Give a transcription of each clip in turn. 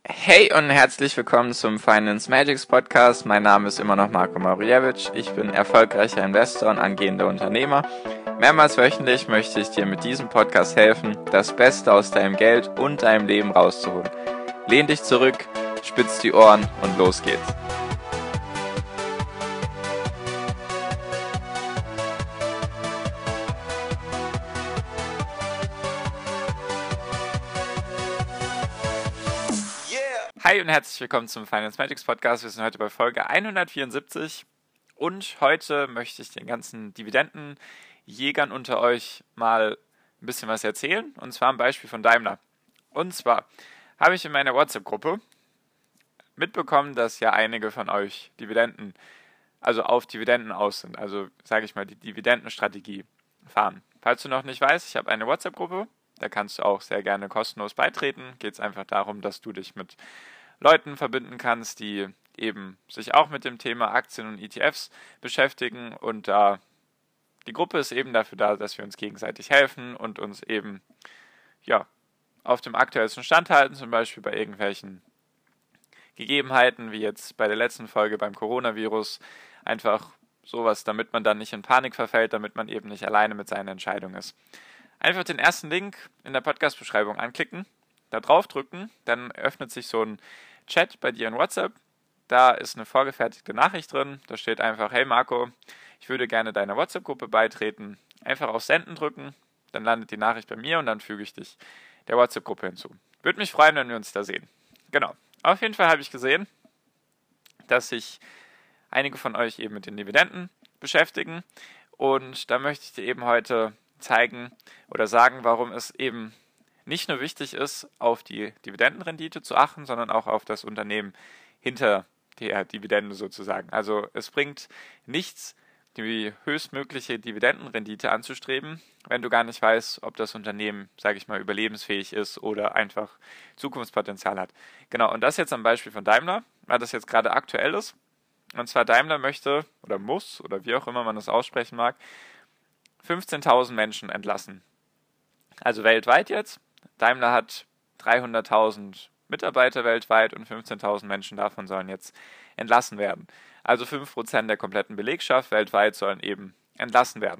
Hey und herzlich willkommen zum Finance Magics Podcast. Mein Name ist immer noch Marco Marijevic. Ich bin erfolgreicher Investor und angehender Unternehmer. Mehrmals wöchentlich möchte ich dir mit diesem Podcast helfen, das Beste aus deinem Geld und deinem Leben rauszuholen. Lehn dich zurück, spitz die Ohren und los geht's. Hi und herzlich willkommen zum Finance Magics Podcast. Wir sind heute bei Folge 174 und heute möchte ich den ganzen Dividendenjägern unter euch mal ein bisschen was erzählen, und zwar am Beispiel von Daimler. Und zwar habe ich in meiner WhatsApp-Gruppe mitbekommen, dass ja einige von euch auf Dividenden aus sind, also sage ich mal die Dividendenstrategie fahren. Falls du noch nicht weißt, ich habe eine WhatsApp-Gruppe, da kannst du auch sehr gerne kostenlos beitreten. Geht es einfach darum, dass du dich mit Leuten verbinden kannst, die eben sich auch mit dem Thema Aktien und ETFs beschäftigen, und die Gruppe ist eben dafür da, dass wir uns gegenseitig helfen und uns eben auf dem aktuellsten Stand halten, zum Beispiel bei irgendwelchen Gegebenheiten, wie jetzt bei der letzten Folge beim Coronavirus, einfach sowas, damit man dann nicht in Panik verfällt, damit man eben nicht alleine mit seiner Entscheidung ist. Einfach den ersten Link in der Podcast-Beschreibung anklicken, da drauf drücken, dann öffnet sich so ein Chat bei dir in WhatsApp. Da ist eine vorgefertigte Nachricht drin, da steht einfach: Hey Marco, ich würde gerne deiner WhatsApp-Gruppe beitreten. Einfach auf Senden drücken, dann landet die Nachricht bei mir und dann füge ich dich der WhatsApp-Gruppe hinzu. Würde mich freuen, wenn wir uns da sehen. Genau. Auf jeden Fall habe ich gesehen, dass sich einige von euch eben mit den Dividenden beschäftigen, und da möchte ich dir eben heute zeigen oder sagen, warum es eben nicht nur wichtig ist, auf die Dividendenrendite zu achten, sondern auch auf das Unternehmen hinter der Dividende sozusagen. Also es bringt nichts, die höchstmögliche Dividendenrendite anzustreben, wenn du gar nicht weißt, ob das Unternehmen, sage ich mal, überlebensfähig ist oder einfach Zukunftspotenzial hat. Genau, und das jetzt am Beispiel von Daimler, weil das jetzt gerade aktuell ist. Und zwar Daimler möchte oder muss, oder wie auch immer man das aussprechen mag, 15.000 Menschen entlassen. Also weltweit jetzt. Daimler hat 300.000 Mitarbeiter weltweit und 15.000 Menschen davon sollen jetzt entlassen werden. Also 5% der kompletten Belegschaft weltweit sollen eben entlassen werden.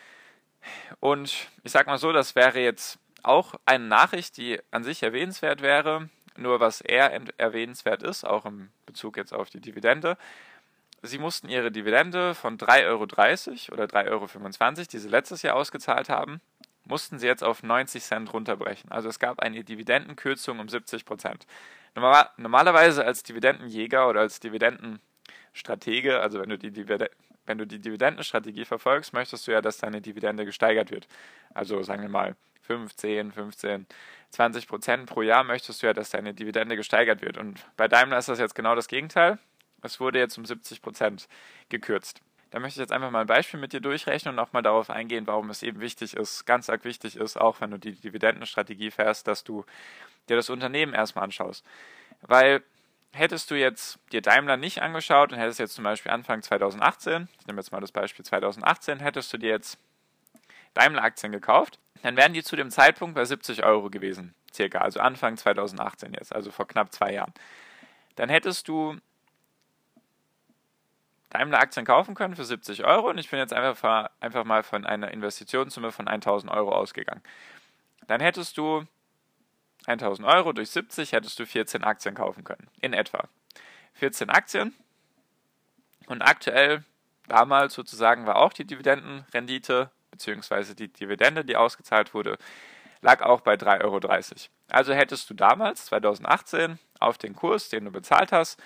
Und ich sag mal so, das wäre jetzt auch eine Nachricht, die an sich erwähnenswert wäre. Nur was eher erwähnenswert ist, auch im Bezug jetzt auf die Dividende: Sie mussten ihre Dividende von 3,30 € oder 3,25 €, die sie letztes Jahr ausgezahlt haben, mussten sie jetzt auf 90 Cent runterbrechen. Also es gab eine Dividendenkürzung um 70%. Normalerweise als Dividendenjäger oder als Dividendenstratege, also wenn du die Dividendenstrategie verfolgst, möchtest du ja, dass deine Dividende gesteigert wird. Also sagen wir mal 15, 20% pro Jahr möchtest du ja, dass deine Dividende gesteigert wird. Und bei Daimler ist das jetzt genau das Gegenteil. Es wurde jetzt um 70% gekürzt. Da möchte ich jetzt einfach mal ein Beispiel mit dir durchrechnen und auch mal darauf eingehen, warum es eben wichtig ist, ganz arg wichtig ist, auch wenn du die Dividendenstrategie fährst, dass du dir das Unternehmen erstmal anschaust. Weil hättest du jetzt dir Daimler nicht angeschaut und hättest jetzt zum Beispiel Anfang 2018, ich nehme jetzt mal das Beispiel 2018, hättest du dir jetzt Daimler-Aktien gekauft, dann wären die zu dem Zeitpunkt bei 70 € gewesen, circa, also Anfang 2018 jetzt, also vor knapp 2 Jahren. Dann hättest du Daimler-Aktien kaufen können für 70 € und ich bin jetzt einfach mal von einer Investitionssumme von 1.000 € ausgegangen. Dann hättest du 1.000 € durch 70, hättest du 14 Aktien kaufen können, in etwa. 14 Aktien, und aktuell, damals sozusagen, war auch die Dividendenrendite, beziehungsweise die Dividende, die ausgezahlt wurde, lag auch bei 3,30 €. Also hättest du damals, 2018, auf den Kurs, den du bezahlt hast,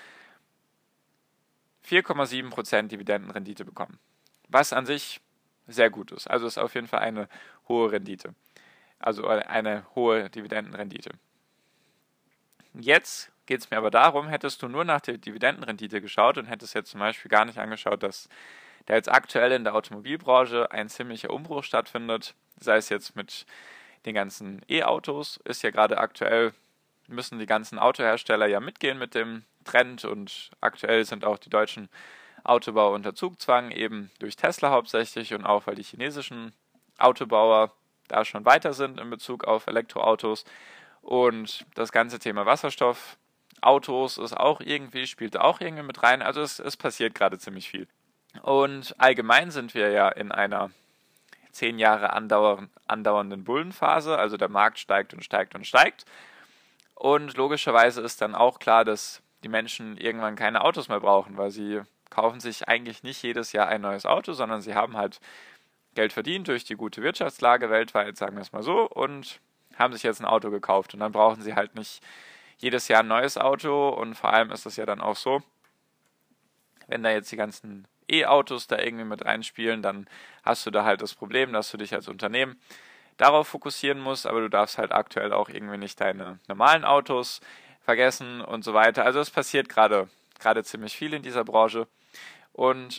4,7% Dividendenrendite bekommen. Was an sich sehr gut ist. Also ist auf jeden Fall eine hohe Rendite. Also eine hohe Dividendenrendite. Jetzt geht es mir aber darum, hättest du nur nach der Dividendenrendite geschaut und hättest jetzt zum Beispiel gar nicht angeschaut, dass da jetzt aktuell in der Automobilbranche ein ziemlicher Umbruch stattfindet, sei es jetzt mit den ganzen E-Autos, ist ja gerade aktuell, müssen die ganzen Autohersteller ja mitgehen mit dem Trend, und aktuell sind auch die deutschen Autobauer unter Zugzwang, eben durch Tesla hauptsächlich und auch weil die chinesischen Autobauer da schon weiter sind in Bezug auf Elektroautos, und das ganze Thema Wasserstoff Autos ist auch irgendwie, spielt auch irgendwie mit rein. Also es passiert gerade ziemlich viel. Und allgemein sind wir ja in einer 10 Jahre andauernden Bullenphase. Also der Markt steigt und steigt und steigt. Und logischerweise ist dann auch klar, dass die Menschen irgendwann keine Autos mehr brauchen, weil sie kaufen sich eigentlich nicht jedes Jahr ein neues Auto, sondern sie haben halt Geld verdient durch die gute Wirtschaftslage weltweit, sagen wir es mal so, und haben sich jetzt ein Auto gekauft. Und dann brauchen sie halt nicht jedes Jahr ein neues Auto. Und vor allem ist es ja dann auch so, wenn da jetzt die ganzen E-Autos da irgendwie mit reinspielen, dann hast du da halt das Problem, dass du dich als Unternehmen darauf fokussieren musst, aber du darfst halt aktuell auch irgendwie nicht deine normalen Autos vergessen und so weiter. Also es passiert gerade ziemlich viel in dieser Branche und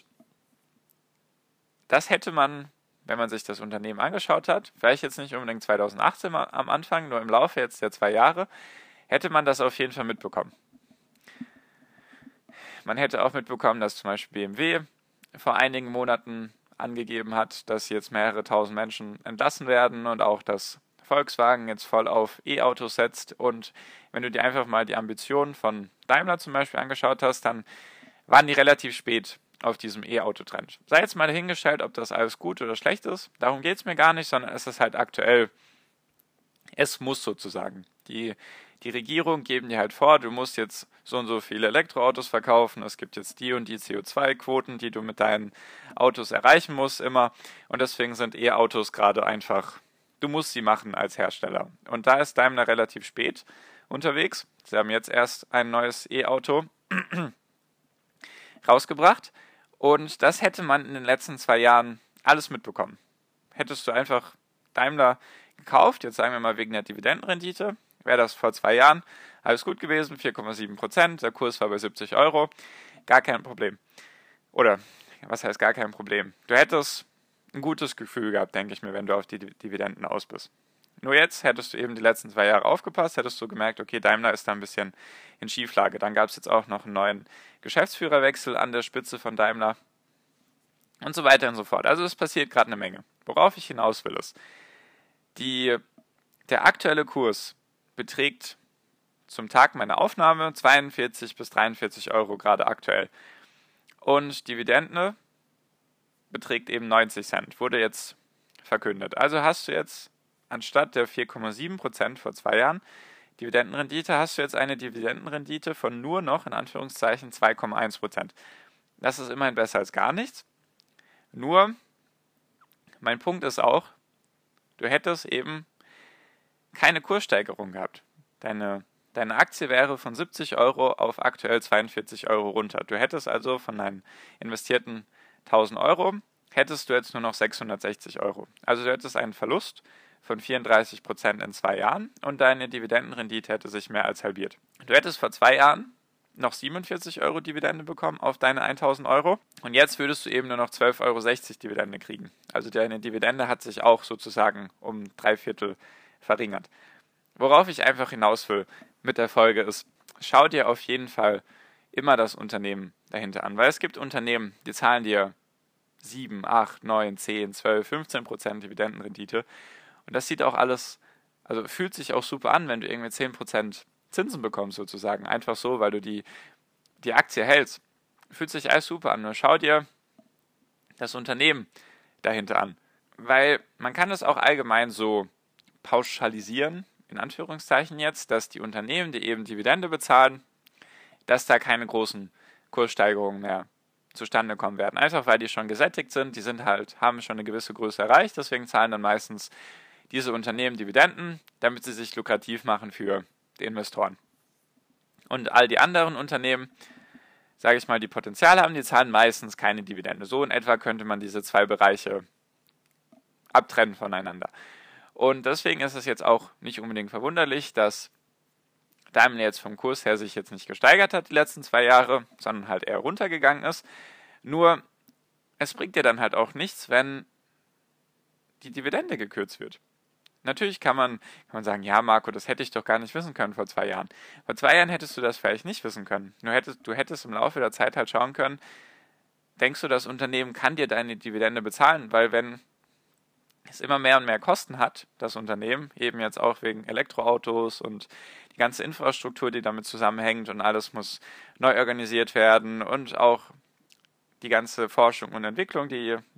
das hätte man, wenn man sich das Unternehmen angeschaut hat, vielleicht jetzt nicht unbedingt 2018 am Anfang, nur im Laufe jetzt der 2 Jahre, hätte man das auf jeden Fall mitbekommen. Man hätte auch mitbekommen, dass zum Beispiel BMW vor einigen Monaten angegeben hat, dass jetzt mehrere tausend Menschen entlassen werden und auch, dass Volkswagen jetzt voll auf E-Autos setzt. Und wenn du dir einfach mal die Ambitionen von Daimler zum Beispiel angeschaut hast, dann waren die relativ spät auf diesem E-Auto-Trend. Sei jetzt mal dahingestellt, ob das alles gut oder schlecht ist. Darum geht es mir gar nicht, sondern es ist halt aktuell, es muss sozusagen. Die Regierung geben dir halt vor, du musst jetzt so und so viele Elektroautos verkaufen, es gibt jetzt die und die CO2-Quoten, die du mit deinen Autos erreichen musst immer und deswegen sind E-Autos gerade einfach, du musst sie machen als Hersteller. Und da ist Daimler relativ spät unterwegs. Sie haben jetzt erst ein neues E-Auto rausgebracht und das hätte man in den letzten 2 Jahren alles mitbekommen. Hättest du einfach Daimler gekauft, jetzt sagen wir mal wegen der Dividendenrendite, wäre das vor 2 Jahren alles gut gewesen, 4,7%, der Kurs war bei 70 Euro, gar kein Problem. Oder, was heißt gar kein Problem? Du hättest ein gutes Gefühl gehabt, denke ich mir, wenn du auf die Dividenden aus bist. Nur jetzt hättest du eben die letzten 2 Jahre aufgepasst, hättest du gemerkt, okay, Daimler ist da ein bisschen in Schieflage. Dann gab es jetzt auch noch einen neuen Geschäftsführerwechsel an der Spitze von Daimler und so weiter und so fort. Also es passiert gerade eine Menge. Worauf ich hinaus will ist, der aktuelle Kurs beträgt zum Tag meiner Aufnahme 42 bis 43 Euro gerade aktuell. Und Dividende beträgt eben 90 Cent, wurde jetzt verkündet. Also hast du jetzt anstatt der 4,7% vor 2 Jahren Dividendenrendite, hast du jetzt eine Dividendenrendite von nur noch, in Anführungszeichen, 2,1%. Das ist immerhin besser als gar nichts. Nur, mein Punkt ist auch, du hättest eben keine Kurssteigerung gehabt. Deine Aktie wäre von 70 Euro auf aktuell 42 Euro runter. Du hättest also von deinen investierten 1000 Euro, hättest du jetzt nur noch 660 Euro. Also du hättest einen Verlust von 34% in 2 Jahren und deine Dividendenrendite hätte sich mehr als halbiert. Du hättest vor 2 Jahren noch 47 Euro Dividende bekommen auf deine 1000 Euro und jetzt würdest du eben nur noch 12,60 Euro Dividende kriegen. Also deine Dividende hat sich auch sozusagen um 3/4 verringert. Worauf ich einfach hinaus will mit der Folge ist, schau dir auf jeden Fall immer das Unternehmen dahinter an, weil es gibt Unternehmen, die zahlen dir 7, 8, 9, 10, 12, 15% Dividendenrendite und das sieht auch alles, also fühlt sich auch super an, wenn du irgendwie 10% Zinsen bekommst sozusagen, einfach so, weil du die Aktie hältst. Fühlt sich alles super an, nur schau dir das Unternehmen dahinter an, weil man kann es auch allgemein so pauschalisieren, in Anführungszeichen jetzt, dass die Unternehmen, die eben Dividende bezahlen, dass da keine großen Kurssteigerungen mehr zustande kommen werden. Einfach weil die schon gesättigt sind, haben schon eine gewisse Größe erreicht, deswegen zahlen dann meistens diese Unternehmen Dividenden, damit sie sich lukrativ machen für die Investoren. Und all die anderen Unternehmen, sage ich mal, die Potenzial haben, die zahlen meistens keine Dividende. So in etwa könnte man diese 2 Bereiche abtrennen voneinander. Und deswegen ist es jetzt auch nicht unbedingt verwunderlich, dass Daimler jetzt vom Kurs her sich jetzt nicht gesteigert hat die letzten 2 Jahre, sondern halt eher runtergegangen ist. Nur, es bringt dir dann halt auch nichts, wenn die Dividende gekürzt wird. Natürlich kann man sagen, ja Marco, das hätte ich doch gar nicht wissen können vor 2 Jahren. Vor 2 Jahren hättest du das vielleicht nicht wissen können. Du hättest im Laufe der Zeit halt schauen können, denkst du, das Unternehmen kann dir deine Dividende bezahlen? Weil wenn es immer mehr und mehr Kosten hat, das Unternehmen, eben jetzt auch wegen Elektroautos und die ganze Infrastruktur, die damit zusammenhängt und alles muss neu organisiert werden und auch die ganze Forschung und Entwicklung,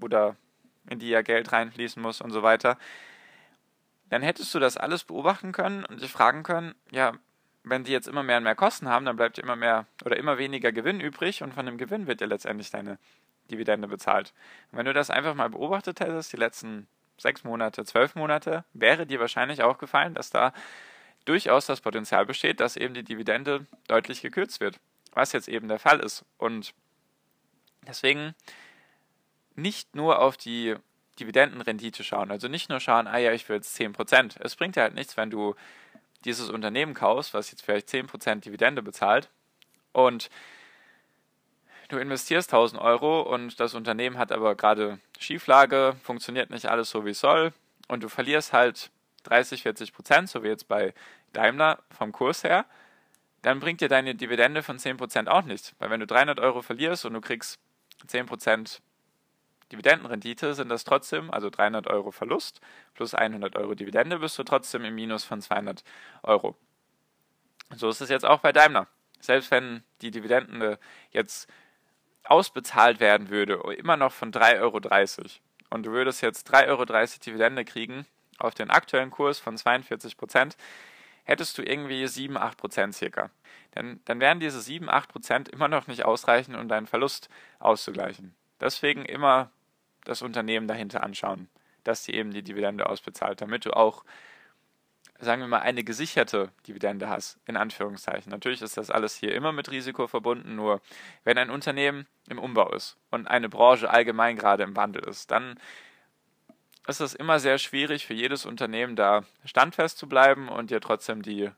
in die ja Geld reinfließen muss und so weiter, dann hättest du das alles beobachten können und dich fragen können, ja, wenn die jetzt immer mehr und mehr Kosten haben, dann bleibt immer mehr oder immer weniger Gewinn übrig und von dem Gewinn wird dir letztendlich deine Dividende bezahlt. Und wenn du das einfach mal beobachtet hättest, die letzten 6 Monate, 12 Monate, wäre dir wahrscheinlich auch gefallen, dass da durchaus das Potenzial besteht, dass eben die Dividende deutlich gekürzt wird, was jetzt eben der Fall ist. Und deswegen nicht nur auf die Dividendenrendite schauen, also nicht nur schauen, ich will jetzt 10%. Es bringt dir halt nichts, wenn du dieses Unternehmen kaufst, was jetzt vielleicht 10% Dividende bezahlt und du investierst 1.000 Euro und das Unternehmen hat aber gerade Schieflage, funktioniert nicht alles so, wie es soll und du verlierst halt 30-40%, so wie jetzt bei Daimler vom Kurs her, dann bringt dir deine Dividende von 10% auch nichts. Weil wenn du 300 Euro verlierst und du kriegst 10% Dividendenrendite, sind das trotzdem, also 300 Euro Verlust plus 100 Euro Dividende, bist du trotzdem im Minus von 200 Euro. So ist es jetzt auch bei Daimler. Selbst wenn die Dividende jetzt ausbezahlt werden würde, immer noch von 3,30 Euro und du würdest jetzt 3,30 Euro Dividende kriegen auf den aktuellen Kurs von 42%, hättest du irgendwie 7-8% circa. Dann wären diese 7-8% immer noch nicht ausreichend, um deinen Verlust auszugleichen. Deswegen immer das Unternehmen dahinter anschauen, dass die eben die Dividende ausbezahlt, damit du auch, sagen wir mal, eine gesicherte Dividende hast, in Anführungszeichen. Natürlich ist das alles hier immer mit Risiko verbunden, nur wenn ein Unternehmen im Umbau ist und eine Branche allgemein gerade im Wandel ist, dann ist es immer sehr schwierig für jedes Unternehmen da standfest zu bleiben und dir trotzdem die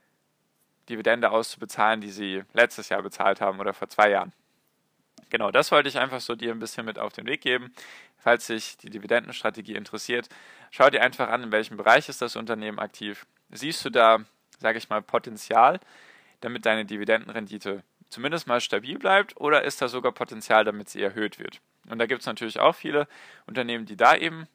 Dividende auszubezahlen, die sie letztes Jahr bezahlt haben oder vor 2 Jahren. Genau, das wollte ich einfach so dir ein bisschen mit auf den Weg geben. Falls dich die Dividendenstrategie interessiert, schau dir einfach an, in welchem Bereich ist das Unternehmen aktiv. Siehst du da, sage ich mal, Potenzial, damit deine Dividendenrendite zumindest mal stabil bleibt, oder ist da sogar Potenzial, damit sie erhöht wird? Und da gibt es natürlich auch viele Unternehmen, die da eben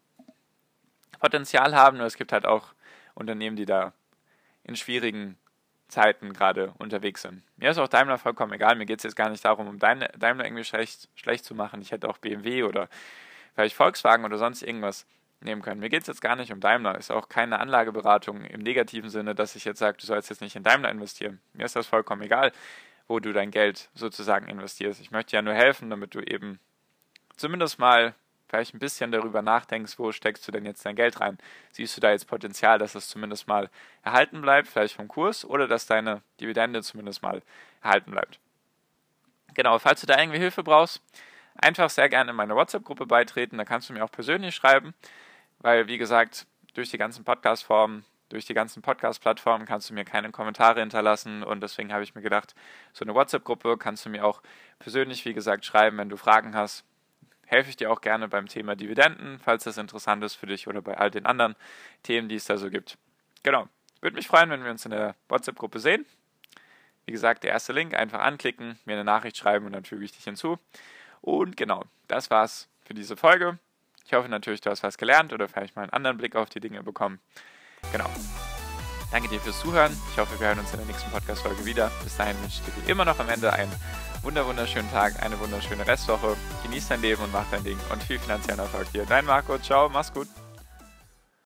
Potenzial haben, nur es gibt halt auch Unternehmen, die da in schwierigen Zeiten gerade unterwegs sind. Mir ist auch Daimler vollkommen egal, mir geht es jetzt gar nicht darum, Daimler irgendwie schlecht zu machen. Ich hätte auch BMW oder vielleicht Volkswagen oder sonst irgendwas nehmen können. Mir geht es jetzt gar nicht um Daimler. Ist auch keine Anlageberatung im negativen Sinne, dass ich jetzt sage, du sollst jetzt nicht in Daimler investieren. Mir ist das vollkommen egal, wo du dein Geld sozusagen investierst. Ich möchte ja nur helfen, damit du eben zumindest mal vielleicht ein bisschen darüber nachdenkst, wo steckst du denn jetzt dein Geld rein? Siehst du da jetzt Potenzial, dass es zumindest mal erhalten bleibt, vielleicht vom Kurs, oder dass deine Dividende zumindest mal erhalten bleibt? Genau, falls du da irgendwie Hilfe brauchst, einfach sehr gerne in meine WhatsApp-Gruppe beitreten, da kannst du mir auch persönlich schreiben, weil, wie gesagt, durch die ganzen Podcast-Plattformen kannst du mir keine Kommentare hinterlassen und deswegen habe ich mir gedacht, so eine WhatsApp-Gruppe kannst du mir auch persönlich, wie gesagt, schreiben, wenn du Fragen hast. Helfe ich dir auch gerne beim Thema Dividenden, falls das interessant ist für dich, oder bei all den anderen Themen, die es da so gibt. Genau, würde mich freuen, wenn wir uns in der WhatsApp-Gruppe sehen. Wie gesagt, der erste Link, einfach anklicken, mir eine Nachricht schreiben und dann füge ich dich hinzu. Und genau, das war's für diese Folge. Ich hoffe natürlich, du hast was gelernt oder vielleicht mal einen anderen Blick auf die Dinge bekommen. Genau. Danke dir fürs Zuhören. Ich hoffe, wir hören uns in der nächsten Podcast-Folge wieder. Bis dahin wünsche ich dir wie immer noch am Ende einen wunderschönen Tag, eine wunderschöne Restwoche. Genieß dein Leben und mach dein Ding und viel finanziellen Erfolg dir. Dein Marco, ciao, mach's gut.